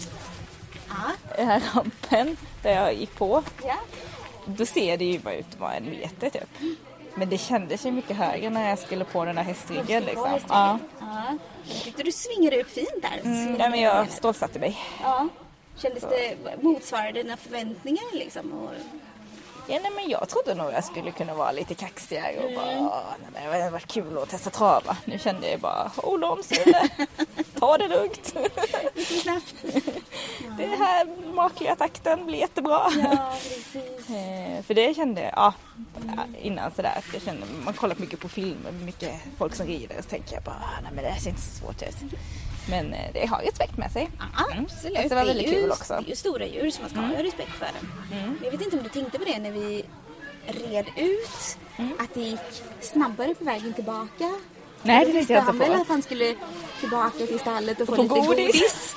S3: Ja.
S2: den här rampen där jag gick på.
S3: Ja.
S2: Då ser det ju bara ut att vara en meter typ. Men det kändes ju mycket högre när jag skulle på den här hästryggen liksom. Ja.
S3: Ja. Jag tyckte du svingade upp fint där.
S2: Mm, nej, men jag stålsatte mig.
S3: Ja. Kändes det, motsvarade dina förväntningar liksom? Och...
S2: Ja, nej, men jag trodde nog jag skulle kunna vara lite kaxigare och bara, nej, men det hade varit kul att testa trava. Nu kände jag bara, hold on Sune, ta det lugnt.
S3: Lite snabbt.
S2: Det här makliga takten blir jättebra.
S3: Ja, precis.
S2: Eh, för det kände jag, ja, innan sådär, att jag kände, man kollar mycket på filmer, mycket folk som rider, så tänker jag bara, nej men det här ser inte så svårt ut. Men eh, det har respekt med sig.
S3: Ja, absolut.
S2: Mm. Det var väldigt
S3: är ju,
S2: kul också.
S3: Det är ju stora djur som man ska ha respekt för dem.
S2: Mm.
S3: Jag vet inte om du tänkte på det när vi red ut,
S2: Mm.
S3: att det gick snabbare på vägen tillbaka.
S2: Nej, det tänkte jag inte
S3: Han väl
S2: på.
S3: att han skulle tillbaka till stallet och få
S2: Få
S3: lite
S2: godis.
S3: godis.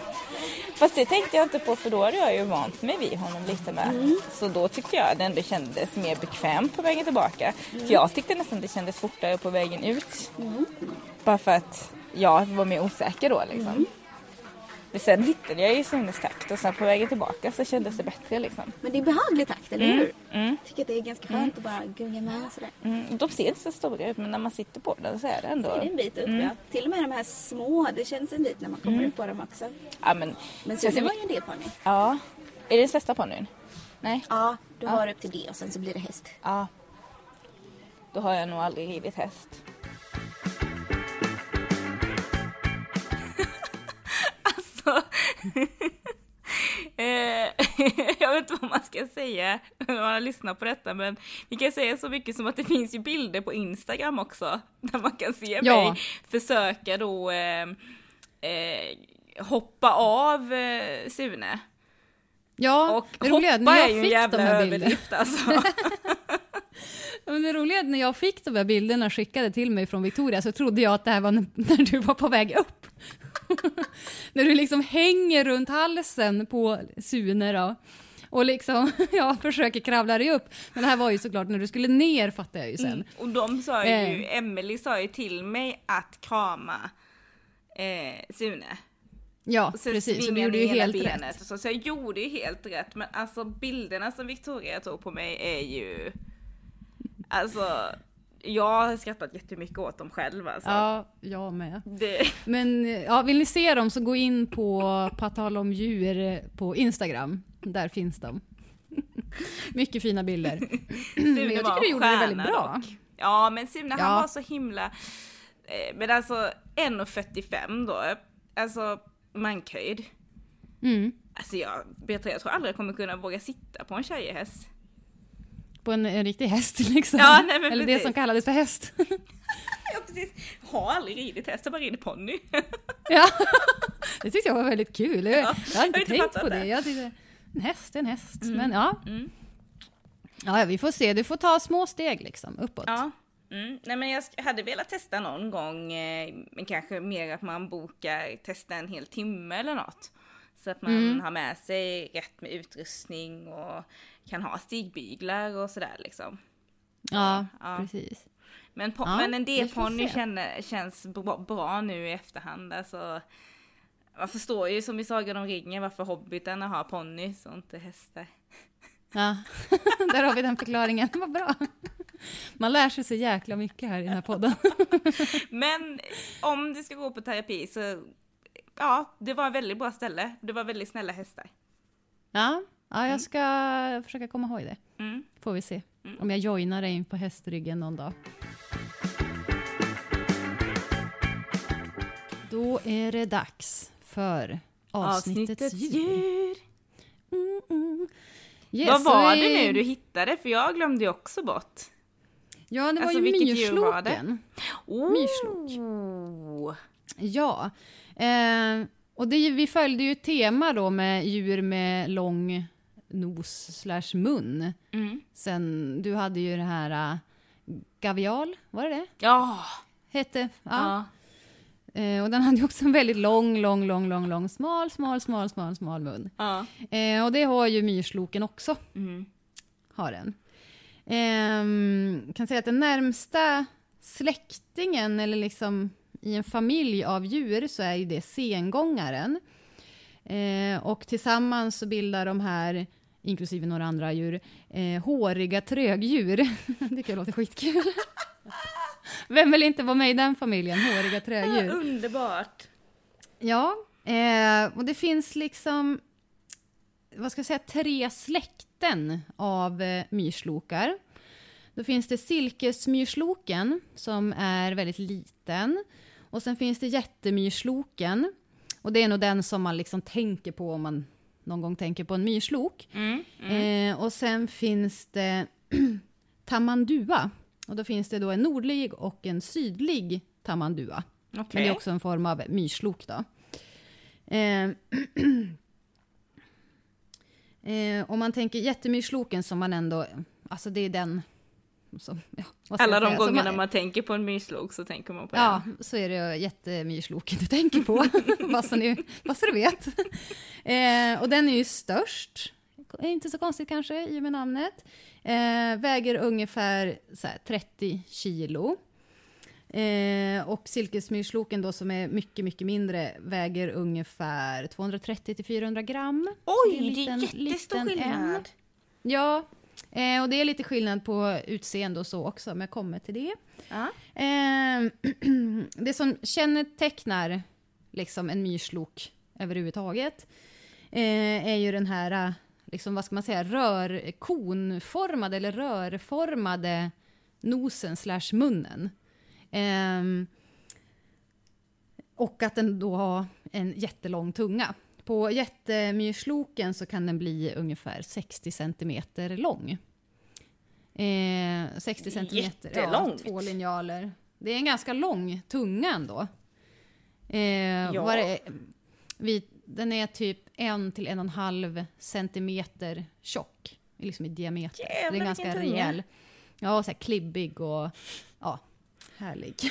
S2: Fast det tänkte jag inte på, för då hade jag ju vant mig vid honom lite med.
S3: Mm.
S2: Så då tyckte jag att det ändå kändes mer bekvämt på vägen tillbaka. För jag tyckte nästan det kändes fortare på vägen ut.
S3: Mm.
S2: Bara för att jag var mer osäker då liksom.
S3: Mm.
S2: Men sen hittade jag ju Sunes takt och sen på vägen tillbaka så kändes det bättre liksom.
S3: Men det är behaglig takt, eller
S2: Mm.
S3: hur?
S2: Mm.
S3: Jag tycker att det är ganska skönt att bara gunga med sådär.
S2: Mm. De ser inte så stora ut, men när man sitter på den så är det ändå...
S3: Så är det en bit upp,
S2: Mm.
S3: ja. Till och med de här små, det känns en bit när man kommer
S2: Mm.
S3: upp på dem också.
S2: Ja, men...
S3: Men
S2: så
S3: så det var ju en delponny.
S2: Ja. Är det den största ponnyn? Nej?
S3: Ja, du
S2: Ja.
S3: har upp till det och sen så blir det häst.
S2: Ja. Då har jag nog aldrig ridit häst. alltså... eh, jag vet inte vad man ska säga när man har lyssnat på detta, men vi kan säga så mycket som att det finns ju bilder på Instagram också, där man kan se
S1: Ja.
S2: mig försöka då eh, eh, hoppa av eh, Sune.
S1: Ja,
S2: Och
S1: det roliga är att
S2: hoppa
S1: när
S2: är
S1: jag
S2: ju en
S1: fick de
S2: jävla
S1: här bilderna.
S2: överdrift alltså.
S1: Ja, men det roliga är att när jag fick de här bilderna skickade till mig från Victoria så trodde jag att det här var n- när du var på väg upp. När du liksom hänger runt halsen på Sune då. Och liksom, ja, försöker kravla dig upp. Men det här var ju såklart när du skulle ner, fattar jag ju sen.
S2: Mm. Och de sa ju,
S1: Eh.
S2: Emily sa ju till mig att krama eh, Sune.
S1: Ja,
S2: Och sen
S1: precis. Så du
S2: svingade
S1: gjorde ju
S2: hela
S1: helt
S2: benet
S1: rätt.
S2: och så, så jag gjorde ju helt rätt. Men alltså bilderna som Victoria tog på mig är ju... Alltså, jag har skrattat jättemycket åt dem själv alltså.
S1: Ja, jag med.
S2: Det...
S1: Men ja, vill ni se dem så gå in på Patal om djur på Instagram. Där finns de. Mycket fina bilder. Men jag tycker du gjorde det väldigt bra.
S2: Dock. Ja, men Sune
S1: Ja.
S2: han var så himla... Eh, men alltså en komma fyrtiofem då. Alltså mankhöjd.
S1: Mm.
S2: Alltså jag, Beatrice, jag tror aldrig jag kommer kunna våga sitta på en tjejhäst.
S1: På en, en riktig häst liksom.
S2: Ja, nej, men
S1: Eller
S2: precis.
S1: det som kallades för häst.
S2: Jag precis, har aldrig ridit häst, jag bara rider ponny.
S1: Ja, det tyckte jag var väldigt kul. Jag,
S2: Ja,
S1: jag har inte
S2: jag har inte
S1: tänkt
S2: fattat
S1: på det.
S2: det.
S1: Jag tyckte, en häst är en häst.
S2: Mm.
S1: Men ja.
S2: Mm.
S1: ja, vi får se. Du får ta små steg liksom, uppåt.
S2: Ja. Mm. Nej, men jag sk- hade velat testa någon gång, eh, men kanske mer att man bokar, testa en hel timme eller något. Så att man
S1: Mm.
S2: har med sig rätt med utrustning och kan ha stigbyglar och sådär liksom.
S1: Ja,
S2: Ja.
S1: precis.
S2: Men, po-
S1: Ja,
S2: men en
S1: vi får
S2: D-ponny
S1: se.
S2: känner, känns bra, bra nu i efterhand. Alltså, man förstår ju som i Sagan om ringen varför hobbitarna har ponnys och inte hästar.
S1: Ja, där har vi den förklaringen. Vad bra. Man lär sig så jäkla mycket här i den här podden.
S2: Men om det ska gå på terapi så, ja, det var ett väldigt bra ställe. Det var väldigt snälla hästar.
S1: Ja, ja jag ska försöka komma ihåg det.
S2: Mm.
S1: Får vi se.
S2: Mm.
S1: Om jag joinar dig in på hästryggen någon dag. Då är det dags för avsnittets,
S2: avsnittets
S1: djur.
S2: djur.
S1: Mm, mm. Yes,
S2: Vad var
S1: så
S2: det
S1: är-
S2: nu du hittade? För jag glömde ju också bort.
S1: Ja, det var
S2: Alltså,
S1: ju
S2: vilket djur var det?
S1: myrsloken.
S2: Oh.
S1: Myrslok. Ja, eh, och det, vi följde ju ett tema då med djur med lång nos slash mun.
S2: Mm.
S1: Sen, du hade ju det här uh, gavial, var det det?
S2: Ja.
S1: Hette,
S2: Ja.
S1: ja. Eh, och den hade ju också en väldigt lång, lång, lång, lång, lång, smal, smal, smal, smal, smal mun.
S2: Ja.
S1: Eh, och det har ju myrsloken också,
S2: Mm.
S1: har den. Eh, kan säga att den närmsta släktingen, eller liksom i en familj av djur, så är ju det sengångaren. Eh, och tillsammans så bildar de här, inklusive några andra djur, eh, håriga trögdjur. Det kan låta skitkul. Vem vill inte vara med i den familjen, håriga trögdjur?
S2: Underbart.
S1: Ja, eh, och det finns liksom, vad ska jag säga, tre släkten av eh, myrslokar. Då finns det silkesmyrsloken som är väldigt liten. Och sen finns det jättemyrsloken. Och det är nog den som man liksom tänker på om man någon gång tänker på en myrslok.
S2: Mm. Mm.
S1: Eh, och sen finns det tamandua. Och då finns det då en nordlig och en sydlig tamandua.
S2: Okej.
S1: Men det är också en form av myrslok då. Eh, eh, om man tänker jättemyrsloken som man ändå, alltså det är den som, ja, vad ska
S2: Alla
S1: jag
S2: de
S1: säga? Som
S2: gångerna
S1: man,
S2: man tänker på en myrslok så tänker man på
S1: ja,
S2: den.
S1: så är det jättemyrsloken du tänker på. bara, så ni, bara så du vet. Eh, och den är ju störst. Inte så konstigt kanske i och med namnet. Eh, väger ungefär så här, trettio kilo. Eh, och silkesmyrsloken då som är mycket, mycket mindre väger ungefär tvåhundratrettio till fyrahundra gram.
S2: Oj,
S1: en
S2: det är
S1: liten-
S2: jättestor
S1: liten
S2: skillnad.
S1: en. Ja, eh, och det är lite skillnad på utseende och så också, men jag kommer till det.
S2: Ja.
S1: Eh, det som kännetecknar liksom en myrslok överhuvudtaget eh, är ju den här, liksom, vad ska man säga, rör, konformade eller rörformade nosen slash munnen. Eh, och att den då har en jättelång tunga. På jättemyrsloken så kan den bli ungefär sextio centimeter lång. Eh, sextio centimeter, ja,
S2: Jättelångt.
S1: två linjaler. Det är en ganska lång tunga ändå. Eh,
S2: Ja.
S1: vad det är, vi, den är typ en till en och en halv centimeter tjock. Liksom i diameter.
S2: Jävlar,
S1: det är ganska
S2: vilken tunga.
S1: rejäl. Ja, så här klibbig och ja, härlig.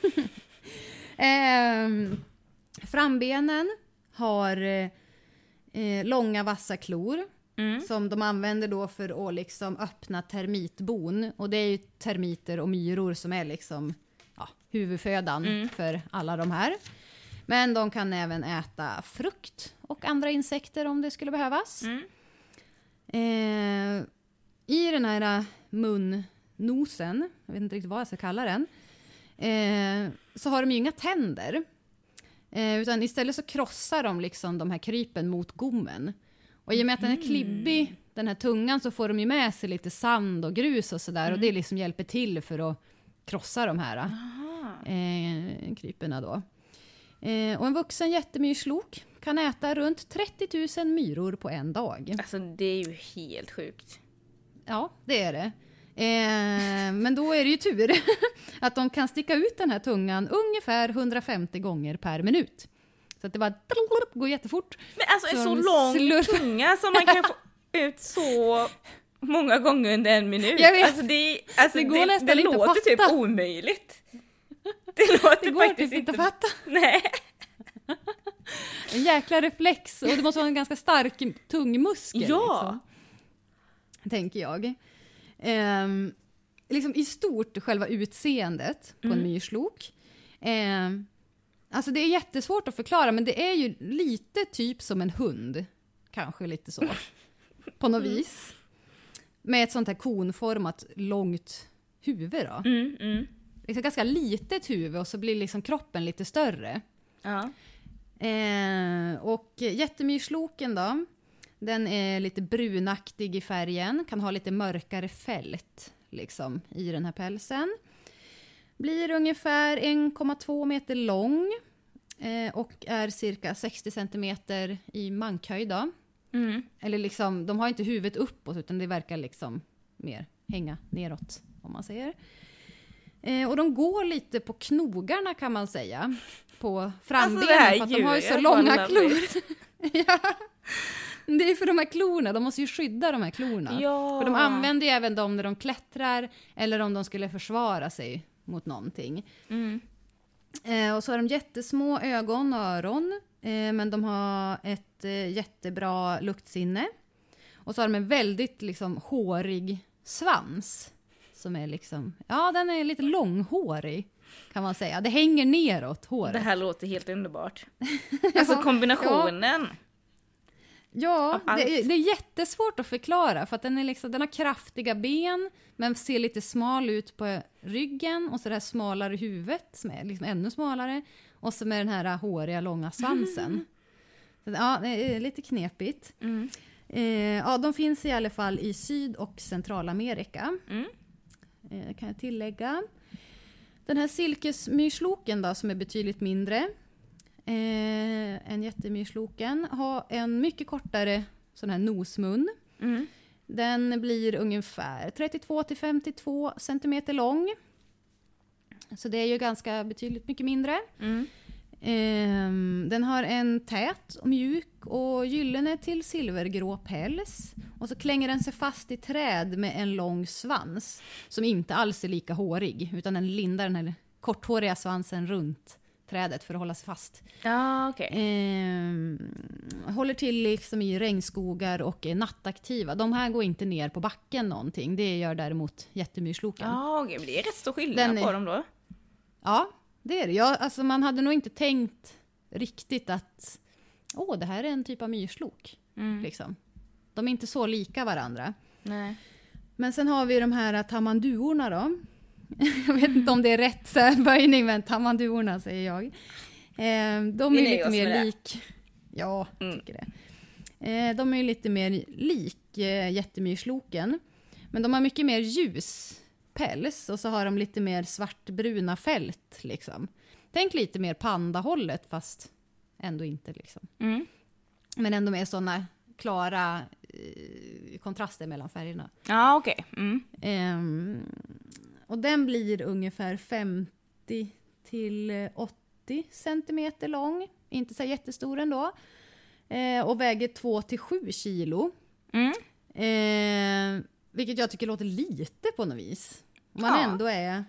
S1: eh, frambenen har eh, långa vassa klor.
S2: Mm.
S1: Som de använder då för att liksom öppna termitbon. Och det är ju termiter och myror som är liksom, ja, huvudfödan
S2: Mm.
S1: för alla de här. Men de kan även äta frukt och andra insekter om det skulle behövas.
S2: Mm.
S1: Eh, I den här munnosen, jag vet inte riktigt vad jag ska kalla den, eh, så har de ju inga tänder. Eh, utan istället så krossar de liksom de här krypen mot gommen. Och i och med att den är klibbig, den här tungan, så får de ju med sig lite sand och grus och sådär. Och det liksom hjälper till för att krossa de här eh, kryperna då. Eh, och en vuxen jättemyrslok kan äta runt trettio tusen myror på en dag.
S2: Alltså det är ju helt sjukt.
S1: Ja, det är det. Eh, men då är det ju tur att de kan sticka ut den här tungan ungefär hundrafemtio gånger per minut. Så att det bara går jättefort.
S2: Men alltså en
S1: Så
S2: så
S1: de
S2: lång
S1: slurpar-
S2: tunga som man kan få ut så många gånger under en minut.
S1: Jag vet.
S2: Alltså det, alltså
S1: Det går
S2: det,
S1: nästan
S2: det
S1: inte att
S2: låter typ
S1: fatta.
S2: omöjligt. Det låter
S1: Det går
S2: faktiskt
S1: typ inte
S2: inte.
S1: att fatta.
S2: Nej.
S1: En jäkla reflex. Och det måste vara en ganska stark tungmuskel.
S2: Ja.
S1: Liksom, tänker jag. Ehm, liksom i stort själva utseendet på en myrslok. Ehm, alltså det är jättesvårt att förklara, men det är ju lite typ som en hund. Kanske lite så. På något vis. Med ett sånt här konformat långt huvud då.
S2: Mm, mm.
S1: Liksom ganska litet huvud och så blir liksom kroppen lite större.
S2: Ja.
S1: Eh, och jättemyrsloken då, den är lite brunaktig i färgen, kan ha lite mörkare fält liksom i den här pälsen. Blir ungefär en komma två meter lång. eh, och är cirka sextio centimeter i mankhöjd då.
S2: Mm.
S1: Eller liksom, de har inte huvudet uppåt utan det verkar liksom mer hänga neråt om man säger. Eh, och de går lite på knogarna kan man säga. På frambenen
S2: alltså
S1: för att de har ju så långa klor. Ja. Det är för de här klorna, de måste ju skydda de här klorna.
S2: Ja.
S1: För de använder ju även dem när de klättrar eller om de skulle försvara sig mot någonting.
S2: Mm.
S1: Eh, och så har de jättesmå ögon och öron. Eh, men de har ett eh, jättebra luktsinne. Och så har de en väldigt liksom hårig svans. Som är liksom, ja den är lite långhårig kan man säga. Det hänger neråt håret.
S2: Det här låter helt underbart. Alltså kombinationen.
S1: Ja, ja det, är, det är jättesvårt att förklara för att den, är liksom, den har kraftiga ben men ser lite smal ut på ryggen och så det här smalare huvudet som är liksom ännu smalare och så med den här håriga långa svansen. Mm. Så, ja, det är lite knepigt. Mm. Eh, ja, de finns i alla fall i Syd- och Centralamerika. Mm. Eh, kan jag tillägga. Den här silkesmyrsloken då som är betydligt mindre Eh, en jättemyrsloken har en mycket kortare sån här nosmun. Mm. Den blir ungefär trettiotvå till femtiotvå centimeter lång. Så det är ju ganska betydligt mycket mindre. Mm. Eh, den har en tät och mjuk och gyllene till silvergrå päls. Och så klänger den sig fast i träd med en lång svans som inte alls är lika hårig utan den lindar den här korthåriga svansen runt trädet för att hålla sig fast.
S2: Ja, okej. Okay.
S1: Eh, håller till liksom i regnskogar och är nattaktiva. De här går inte ner på backen någonting. Det gör däremot jättemyrsloken.
S2: Ja, okej. Men det är rätt stor skillnad är, på dem då.
S1: Ja, det är det. Ja, alltså man hade nog inte tänkt riktigt att åh, det här är en typ av myrslok. Mm. Liksom. De är inte så lika varandra.
S2: Nej.
S1: Men sen har vi de här tamanduorna då. Jag vet inte om det är rätt så här böjning, men tamanduorna säger jag. Eh, de är, är lite mer lik. Ja, jag mm. tycker det. Eh, de är lite mer lik eh, jättemyrsloken. Men de har mycket mer ljus päls och så har de lite mer svartbruna fält liksom. Tänk lite mer pandahållet fast ändå inte liksom. Mm. Men ändå med sådana klara eh, kontraster mellan färgerna.
S2: Ja, okej. Okay. Mm.
S1: Eh, Och den blir ungefär femtio till åttio centimeter lång. Inte så jättestor ändå. Eh, och väger två till sju kilo. Mm. Eh, vilket jag tycker låter lite på något vis. Om man ja. ändå är...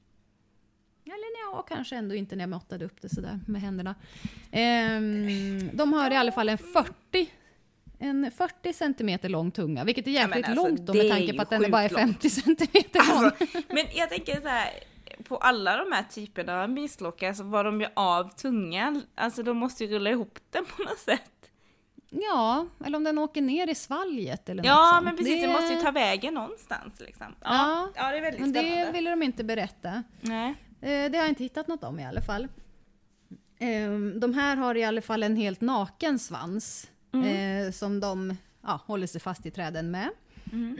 S1: Eller ja, kanske ändå inte när jag måttade upp det sådär med händerna. Eh, de har i alla fall en fyrtio En fyrtio centimeter lång tunga, vilket är jävligt ja, alltså, långt då, med tanke på att den är bara är femtio centimeter lång. Alltså,
S2: men jag tänker så här, på alla de här typerna av myrslokar så var de ju av tungan. Alltså de måste ju rulla ihop den på något sätt.
S1: Ja, eller om den åker ner i svalget eller
S2: ja,
S1: något sånt.
S2: Men precis, det måste ju ta vägen någonstans liksom. Ja, ja, ja det är väldigt
S1: men
S2: spännande.
S1: Det ville de inte berätta.
S2: Nej.
S1: Det har jag inte hittat något om i alla fall. De här har i alla fall en helt naken svans. Mm. Eh, som de ja, håller sig fast i träden med. Mm.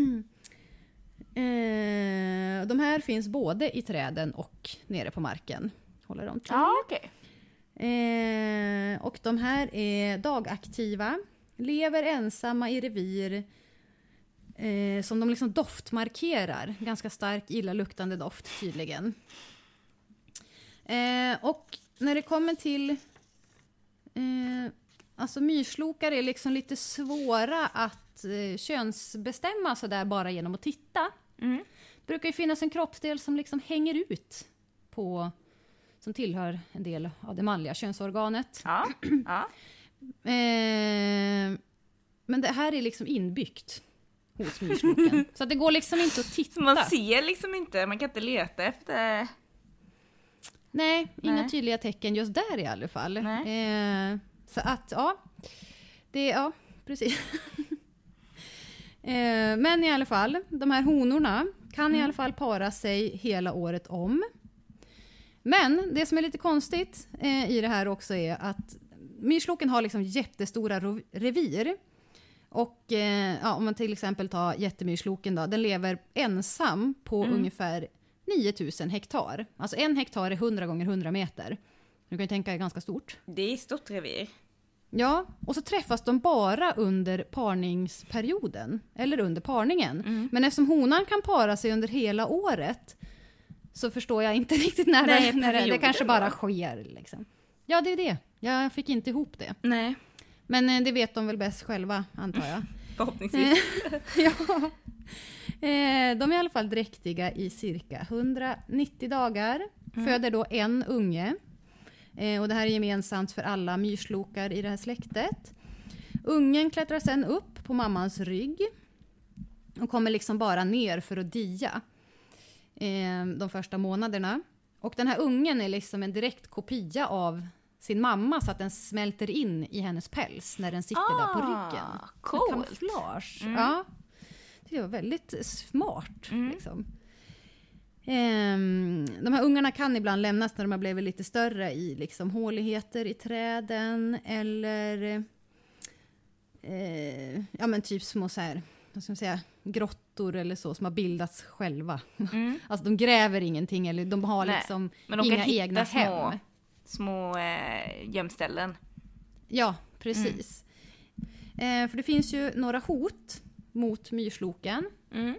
S1: eh, de här finns både i träden och nere på marken. Håller de till.
S2: Ah, okay.
S1: eh, och de här är dagaktiva. Lever ensamma i revir. Eh, som de liksom doftmarkerar. Ganska stark, illaluktande doft tydligen. Eh, och när det kommer till... Eh, Alltså myrslokar är liksom lite svåra att eh, könsbestämma så där bara genom att titta. Mm. Det brukar ju finnas en kroppsdel som liksom hänger ut på, som tillhör en del av det manliga könsorganet.
S2: Ja. Ja.
S1: eh, men det här är liksom inbyggt hos myrsloken. Så att det går liksom inte att titta.
S2: Så man ser liksom inte, man kan inte leta efter...
S1: Nej, inga Nej. tydliga tecken just där i alla fall. Eh, Så att, ja, det, ja, precis. eh, men i alla fall, de här honorna kan mm. i alla fall para sig hela året om. Men det som är lite konstigt eh, i det här också är att myrsloken har liksom jättestora ro- revir. Och eh, ja, om man till exempel tar jättemyrsloken då, den lever ensam på mm. ungefär nio tusen hektar. Alltså en hektar är hundra gånger hundra meter. Du kan ju tänka är ganska stort.
S2: Det är stort revir.
S1: Ja, och så träffas de bara under parningsperioden. Eller under parningen. Mm. Men eftersom honan kan para sig under hela året så förstår jag inte riktigt när, Nej, det, när det, det kanske bara sker. Liksom. Ja, det är det. Jag fick inte ihop det.
S2: Nej.
S1: Men det vet de väl bäst själva, antar jag.
S2: Förhoppningsvis.
S1: Ja. De är i alla fall dräktiga i cirka hundranittio dagar. Mm. Föder då en unge. Och det här är gemensamt för alla myrslokar i det här släktet. Ungen klättrar sen upp på mammans rygg. Och kommer liksom bara ner för att dia. De första månaderna. Och den här ungen är liksom en direkt kopia av sin mamma så att den smälter in i hennes päls när den sitter ah, där på ryggen.
S2: Coolt.
S1: Kamouflage. Mm. Ja. Det var väldigt smart. Mm. Liksom. Ehm, de här ungarna kan ibland lämnas när de har blivit lite större i liksom, håligheter i träden eller eh, ja, men typ små så här, vad ska man säga, grottor eller så som har bildats själva. Mm. Alltså de gräver ingenting eller de har Nej, liksom men de inga egna
S2: små,
S1: hem.
S2: Små eh, gömställen.
S1: Ja, precis. Mm. Eh, för det finns ju några hot mot myrsloken. Mm.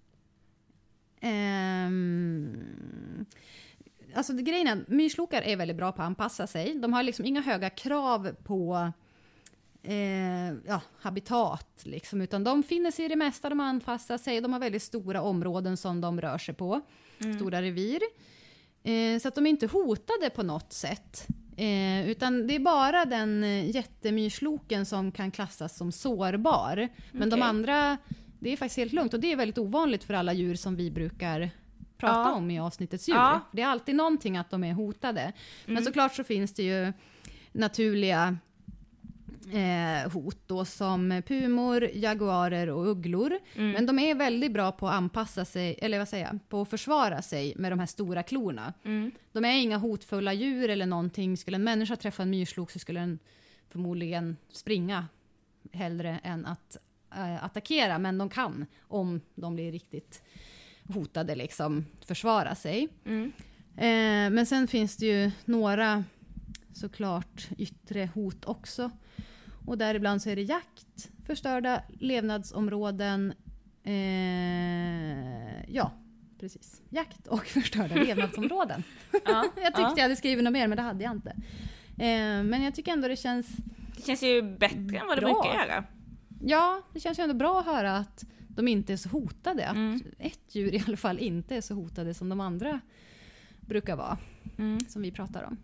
S1: Um, alltså det, grejen är, myrslokar är väldigt bra på att anpassa sig. De har liksom inga höga krav på eh, ja, habitat liksom, utan de finner sig i det mesta, de anpassar sig. De har väldigt stora områden som de rör sig på. Mm. Stora revir. Eh, så att de är inte hotade på något sätt. Eh, utan det är bara den jättemyrsloken som kan klassas som sårbar. Men okay. de andra, det är faktiskt helt lugnt. Och det är väldigt ovanligt för alla djur som vi brukar prata ja. om i avsnittets djur. Ja. Det är alltid någonting att de är hotade. Mm. Men såklart så finns det ju naturliga eh, hot då, som pumor, jaguarer och ugglor. Mm. Men de är väldigt bra på att anpassa sig, eller vad säger jag, på att försvara sig med de här stora klorna. Mm. De är inga hotfulla djur eller någonting. Skulle en människa träffa en myrslok så skulle den förmodligen springa hellre än att äh, attackera. Men de kan, om de blir riktigt hotade, liksom försvara sig. Mm. Eh, men sen finns det ju några såklart yttre hot också. Och däribland så är det jakt, förstörda levnadsområden, eh, ja, precis. Jakt och förstörda levnadsområden. Ja, jag tyckte ja. jag hade skrivit något mer, men det hade jag inte. Eh, men jag tycker ändå det känns...
S2: Det känns ju bättre än vad det bra. brukar göra.
S1: Ja, det känns ju ändå bra att höra att de inte är så hotade. Att mm. ett djur i alla fall inte är så hotade som de andra brukar vara. Mm. Som vi pratar om.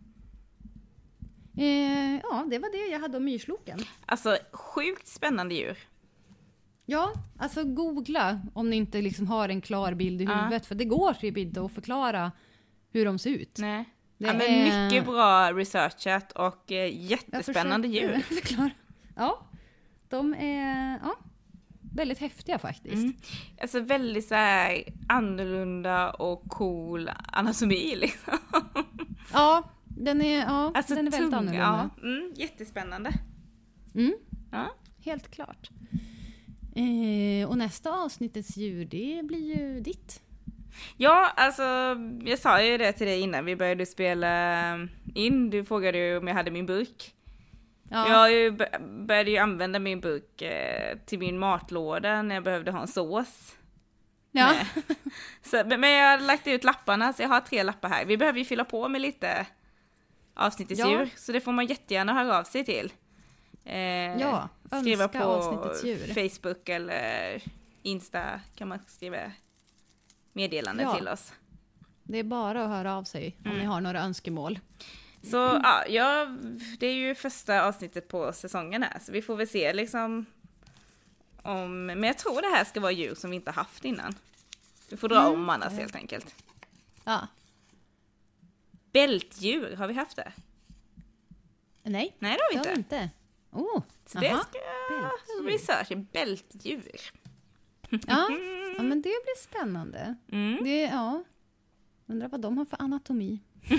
S1: Eh, ja, det var det jag hade om myrsloken.
S2: Alltså, sjukt spännande djur.
S1: Ja, alltså googla om ni inte liksom har en klar bild i huvudet. Ja. För det går typ inte att förklara hur de ser ut.
S2: Nej. Det ja, men är... mycket bra researchat och eh, jättespännande djur.
S1: Förklara. Ja, de är ja, väldigt häftiga faktiskt. Mm.
S2: Alltså väldigt så här annorlunda och cool anatomi liksom.
S1: Ja. Den är, ja,
S2: alltså
S1: den är väldigt
S2: tunga,
S1: annorlunda.
S2: Ja. Mm, jättespännande.
S1: Mm. Ja. Helt klart. Eh, och nästa avsnittets djur, det blir ju ditt.
S2: Ja, alltså jag sa ju det till dig innan vi började spela in. Du frågade ju om jag hade min burk. Ja. Jag ju började ju använda min burk eh, till min matlåda när jag behövde ha en sås. Ja. Så, men jag har lagt ut lapparna, så jag har tre lappar här. Vi behöver ju fylla på med lite avsnittets ja. djur, så det får man jättegärna höra av sig till. Eh,
S1: ja,
S2: skriva på Facebook eller Insta kan man skriva meddelande ja. till oss.
S1: Det är bara att höra av sig om mm. ni har några önskemål.
S2: Så ja, ja, det är ju första avsnittet på säsongen här, så vi får väl se liksom om, men jag tror det här ska vara djur som vi inte haft innan. Du får dra mm. om annars helt enkelt.
S1: Ja.
S2: Bältdjur, har vi haft det?
S1: Nej,
S2: Nej det har vi inte.
S1: inte. Oh,
S2: så det ska vi researcha, bältdjur.
S1: Ja. Ja, men det blir spännande. Mm. Det, ja. Undrar vad de har för anatomi.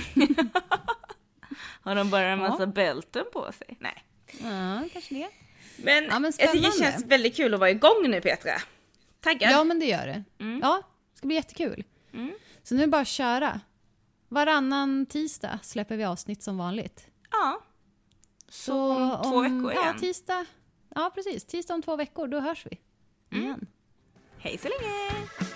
S2: Har de bara en massa ja. bälten på sig? Nej.
S1: Ja, kanske det.
S2: Men, ja, men jag tycker det känns väldigt kul att vara igång nu, Petra. Taggad?
S1: Ja, men det gör det. Mm. Ja, det ska bli jättekul. Mm. Så nu är det bara att köra. varannan tisdag släpper vi avsnitt som vanligt.
S2: Ja. Så, så om två veckor igen.
S1: Ja, tisdag. Ja, precis. Tisdag om två veckor, då hörs vi igen.
S2: Mm. Hej så länge!